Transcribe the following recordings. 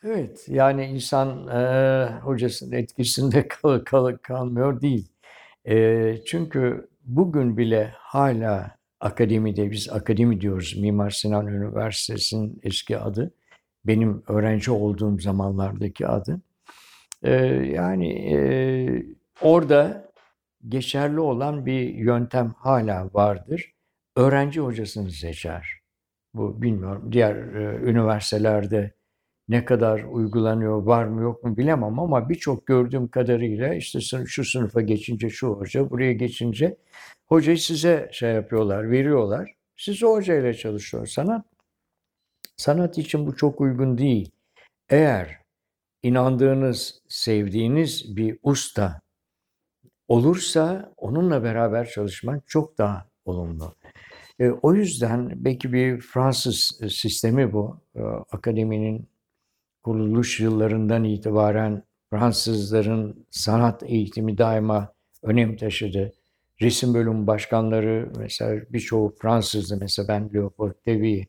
Evet, yani insan hocasının etkisinde kalmıyor değil. Çünkü bugün bile hala akademide, biz akademi diyoruz, Mimar Sinan Üniversitesi'nin eski adı, benim öğrenci olduğum zamanlardaki adı. Ee, orada geçerli olan bir yöntem hala vardır. Öğrenci hocasını seçer. Bu bilmiyorum diğer üniversitelerde ne kadar uygulanıyor, var mı yok mu bilemem ama birçok gördüğüm kadarıyla işte şu sınıfa geçince şu hoca, buraya geçince hocayı size şey yapıyorlar, veriyorlar. Siz o hocayla çalışıyorsunuz. Sanat için bu çok uygun değil. Eğer inandığınız, sevdiğiniz bir usta olursa onunla beraber çalışmak çok daha olumlu. O yüzden belki bir Fransız sistemi bu. Akademinin kuruluş yıllarından itibaren Fransızların sanat eğitimi daima önem taşıdı. Resim bölüm başkanları mesela birçoğu Fransızdı. Mesela ben Leopold Lévy'yi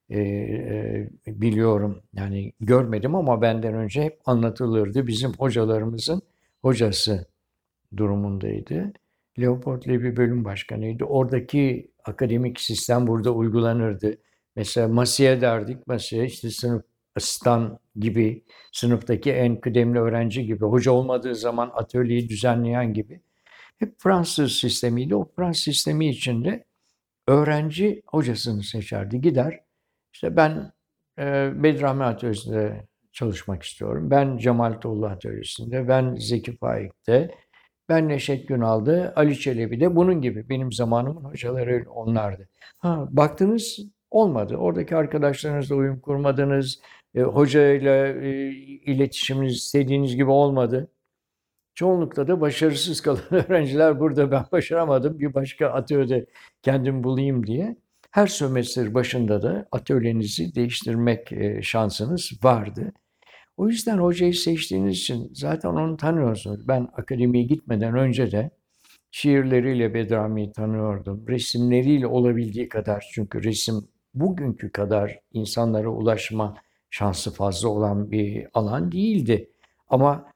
biliyorum. Yani görmedim ama benden önce hep anlatılırdı. Bizim hocalarımızın hocası durumundaydı. Leopold Levy bölüm başkanıydı. Oradaki akademik sistem burada uygulanırdı. Mesela Masiye derdik. Masiye işte sınıf asistan gibi, sınıftaki en kıdemli öğrenci gibi, hoca olmadığı zaman atölyeyi düzenleyen gibi. Hep Fransız sistemiydi. O Fransız sistemi içinde öğrenci hocasını seçerdi. Gider. İşte ben Bedrami Atölyesi'nde çalışmak istiyorum. Ben Cemal Tollu Atölyesi'nde, ben Zeki Faik'te, ben Neşet Günal'da, Ali Çelebi'de bunun gibi. Benim zamanımın hocaları onlardı. Ha, baktınız olmadı. Oradaki arkadaşlarınızla uyum kurmadınız. Hocayla iletişiminiz istediğiniz gibi olmadı. Çoğunlukla da başarısız kalan öğrenciler burada ben başaramadım bir başka atölyede kendim bulayım diye. Her sömestr başında da atölyenizi değiştirmek şansınız vardı. O yüzden hocayı seçtiğiniz için zaten onu tanıyorsunuz. Ben akademiye gitmeden önce de şiirleriyle Bedrami'yi tanıyordum. Resimleriyle olabildiği kadar çünkü resim bugünkü kadar insanlara ulaşma şansı fazla olan bir alan değildi. Ama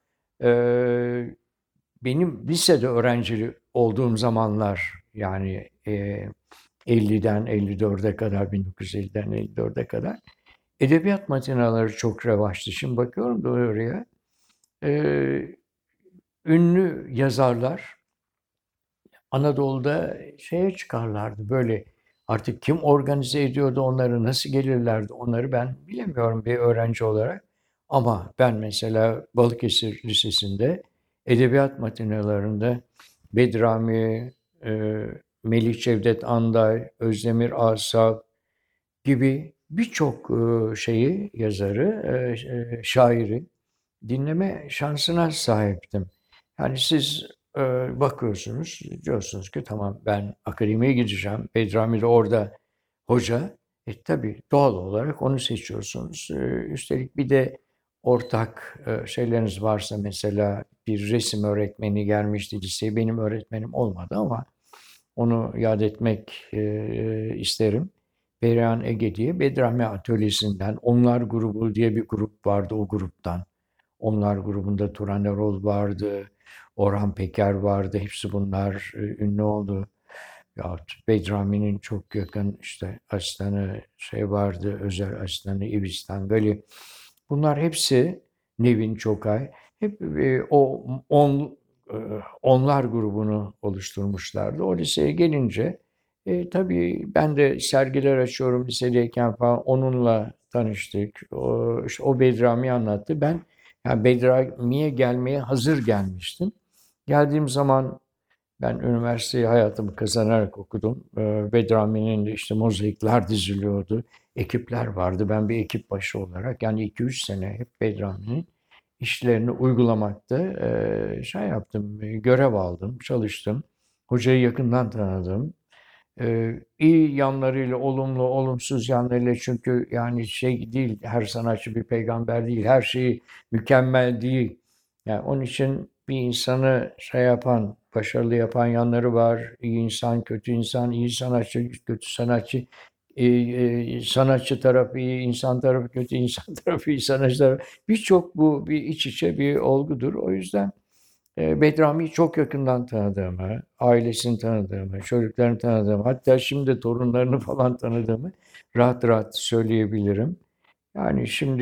benim lisede öğrenci olduğum zamanlar yani 50'den 54'e kadar 1950'den 54'e kadar edebiyat matinaları çok revaçtı. Şimdi bakıyorum da oraya e, ünlü yazarlar Anadolu'da şeye çıkarlardı böyle artık kim organize ediyordu onları nasıl gelirlerdi onları ben bilemiyorum bir öğrenci olarak. Ama ben mesela Balıkesir Lisesi'nde edebiyat matinalarında Bedrami, e, Melih Cevdet Anday, Özdemir Asaf gibi birçok şeyi yazarı, şairi dinleme şansına sahiptim. Yani siz bakıyorsunuz, diyorsunuz ki tamam ben akademiye gideceğim. Bedrami de orada hoca. Tabii doğal olarak onu seçiyorsunuz. Üstelik bir de ortak şeyleriniz varsa mesela bir resim öğretmeni gelmişti liseye. Benim öğretmenim olmadı ama onu yad etmek isterim. Perihan Ege diye Bedrami Atölyesi'nden, Onlar Grubu diye bir grup vardı o gruptan. Onlar grubunda Turan Erol vardı, Orhan Peker vardı. Hepsi bunlar ünlü oldu. Yahut Bedrami'nin çok yakın işte asistanı şey vardı, özel asistanı İvistan Gali. Bunlar hepsi Nevin Çokay. Hep e, onlar grubunu oluşturmuşlardı. O liseye gelince tabii ben de sergiler açıyorum lisedeyken falan onunla tanıştık. İşte o Bedrami anlattı. Ben yani Bedrami'ye gelmeye hazır gelmiştim. Geldiğim zaman ben üniversiteyi hayatımı kazanarak okudum. Bedrami'nin de işte mozaikler diziliyordu. Ekipler vardı. Ben bir ekip başı olarak yani 2-3 sene hep Bedrami'nin işlerini uygulamakta şey yaptım, görev aldım, çalıştım. Hocayı yakından tanıdım. İyi yanlarıyla, olumlu, olumsuz yanlarıyla çünkü yani şey değil, her sanatçı bir peygamber değil, her şeyi mükemmel değil. Yani onun için bir insanı şey yapan, başarılı yapan yanları var. İyi insan, kötü insan, iyi sanatçı, kötü sanatçı. sanatçı tarafı iyi, insan tarafı kötü, insan tarafı iyi, sanatçı tarafı. Birçok bu bir iç içe bir olgudur. O yüzden Bedrami'yi çok yakından tanıdığımı, ailesini tanıdığımı, çocuklarını tanıdığımı, hatta şimdi torunlarını falan tanıdığımı rahat rahat söyleyebilirim. Yani şimdi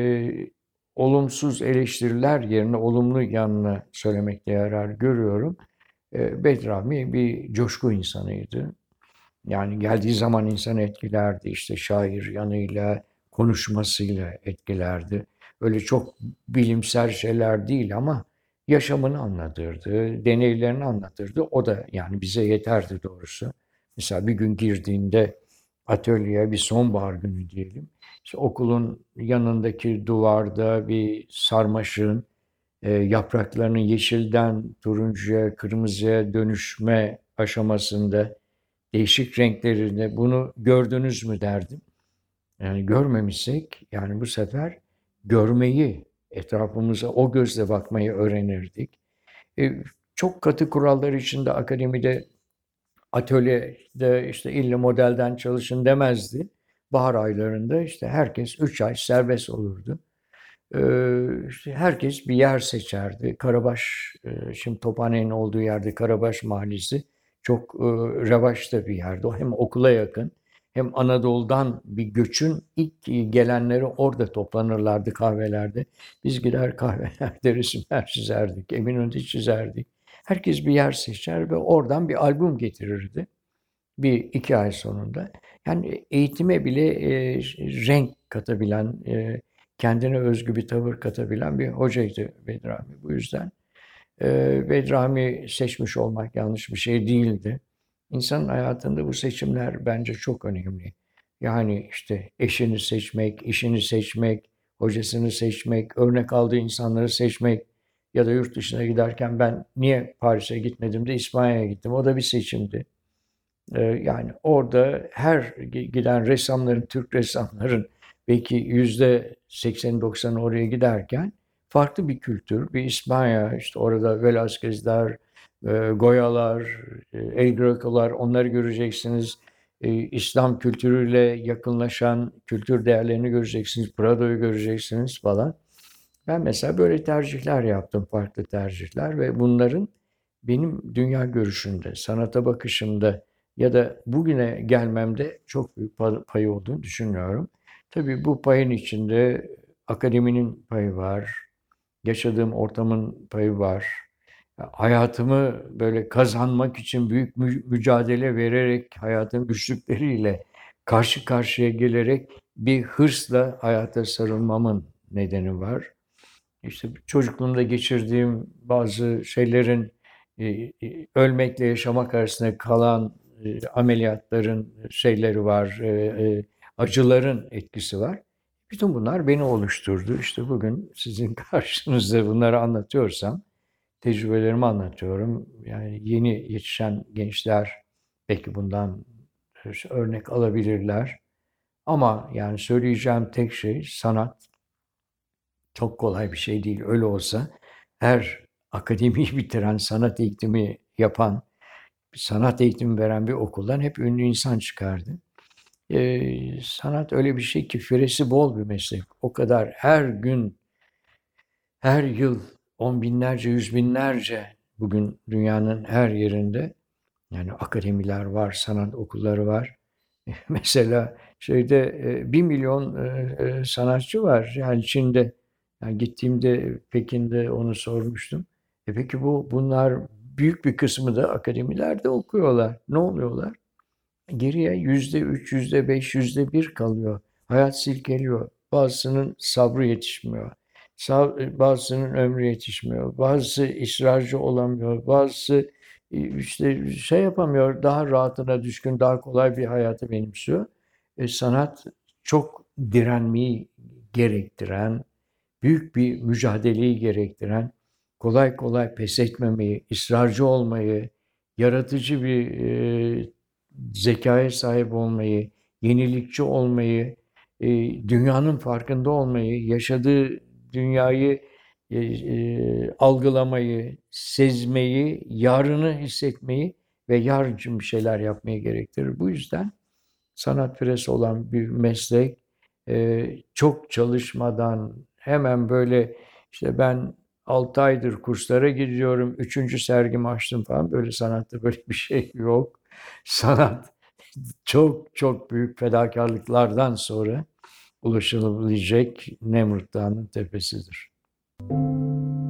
olumsuz eleştiriler yerine olumlu yanını söylemekte yarar görüyorum. Bedrami bir coşku insanıydı. Yani geldiği zaman insanı etkilerdi. İşte şair yanıyla, konuşmasıyla etkilerdi. Öyle çok bilimsel şeyler değil ama yaşamını anlatırdı, deneylerini anlatırdı. O da yani bize yeterdi doğrusu. Mesela bir gün girdiğinde atölyeye bir sonbahar günü diyelim. İşte okulun yanındaki duvarda bir sarmaşığın yapraklarının yeşilden turuncuya, kırmızıya dönüşme aşamasında değişik renklerini bunu gördünüz mü derdim. Yani görmemişsek yani bu sefer görmeyi, etrafımıza o gözle bakmayı öğrenirdik. Çok katı kurallar içinde akademide, atölyede işte illa modelden çalışın demezdi. Bahar aylarında işte herkes 3 ay serbest olurdu. İşte herkes bir yer seçerdi. Karabaş, şimdi Tophane'nin olduğu yerde Karabaş Mahallesi çok revaçta bir yerde. O hem okula yakın hem Anadolu'dan bir göçün ilk gelenleri orada toplanırlardı kahvelerde. Biz gider kahvelerde resimler çizerdik, Eminönü'nde çizerdik. Herkes bir yer seçer ve oradan bir albüm getirirdi. Bir iki ay sonunda. Yani eğitime bile renk katabilen, kendine özgü bir tavır katabilen bir hocaydı Bedrami. Bu yüzden Bedrami seçmiş olmak yanlış bir şey değildi. İnsanın hayatında bu seçimler bence çok önemli. Yani işte eşini seçmek, işini seçmek, hocasını seçmek, örnek aldığı insanları seçmek ya da yurt dışına giderken ben niye Paris'e gitmedim de İspanya'ya gittim. O da bir seçimdi. Yani orada her giden ressamların, Türk ressamların belki %80-90'ı oraya giderken farklı bir kültür, bir İspanya, işte orada Velázquez'ler, Goyalar, El Greco'lar onları göreceksiniz. İslam kültürüyle yakınlaşan kültür değerlerini göreceksiniz, Prado'yu göreceksiniz falan. Ben mesela böyle tercihler yaptım, farklı tercihler ve bunların benim dünya görüşümde, sanata bakışımda ya da bugüne gelmemde çok büyük payı olduğunu düşünüyorum. Tabii bu payın içinde akademinin payı var, yaşadığım ortamın payı var. Hayatımı böyle kazanmak için büyük mücadele vererek, hayatın güçlükleriyle karşı karşıya gelerek bir hırsla hayata sarılmamın nedeni var. İşte çocukluğumda geçirdiğim bazı şeylerin ölmekle yaşamak arasında kalan ameliyatların şeyleri var, acıların etkisi var. Bütün bunlar beni oluşturdu. İşte bugün sizin karşınızda bunları anlatıyorsam, tecrübelerimi anlatıyorum. Yani yeni yetişen gençler belki bundan örnek alabilirler. Ama yani söyleyeceğim tek şey sanat çok kolay bir şey değil. Öyle olsa her akademiyi bitiren, sanat eğitimi yapan, sanat eğitimi veren bir okuldan hep ünlü insan çıkardı. Sanat öyle bir şey ki firesi bol bir meslek. O kadar her gün, her yıl on binlerce, yüz binlerce bugün dünyanın her yerinde yani akademiler var, sanat okulları var. Mesela şeyde 1 milyon sanatçı var. Yani Çin'de yani gittiğimde Pekin'de onu sormuştum. Peki bunlar büyük bir kısmı da akademilerde okuyorlar. Ne oluyorlar? Geriye %3, %5, %1 kalıyor. Hayat silkeliyor. Bazısının sabrı yetişmiyor. Bazısının ömrü yetişmiyor. Bazısı ısrarcı olamıyor. Bazısı işte şey yapamıyor. Daha rahatına düşkün, daha kolay bir hayatı benimsiyor. Sanat çok direnmeyi gerektiren, büyük bir mücadeleyi gerektiren, kolay kolay pes etmemeyi, ısrarcı olmayı, yaratıcı bir zekaya sahip olmayı, yenilikçi olmayı, dünyanın farkında olmayı, yaşadığı dünyayı algılamayı, sezmeyi, yarını hissetmeyi ve yarın için bir şeyler yapmayı gerektirir. Bu yüzden sanatperest olan bir meslek. Çok çalışmadan hemen böyle işte ben 6 aydır kurslara gidiyorum, üçüncü sergimi açtım falan, böyle sanatta böyle bir şey yok. Sanat çok çok büyük fedakarlıklardan sonra ulaşılabilecek Nemrut Dağı'nın tepesidir.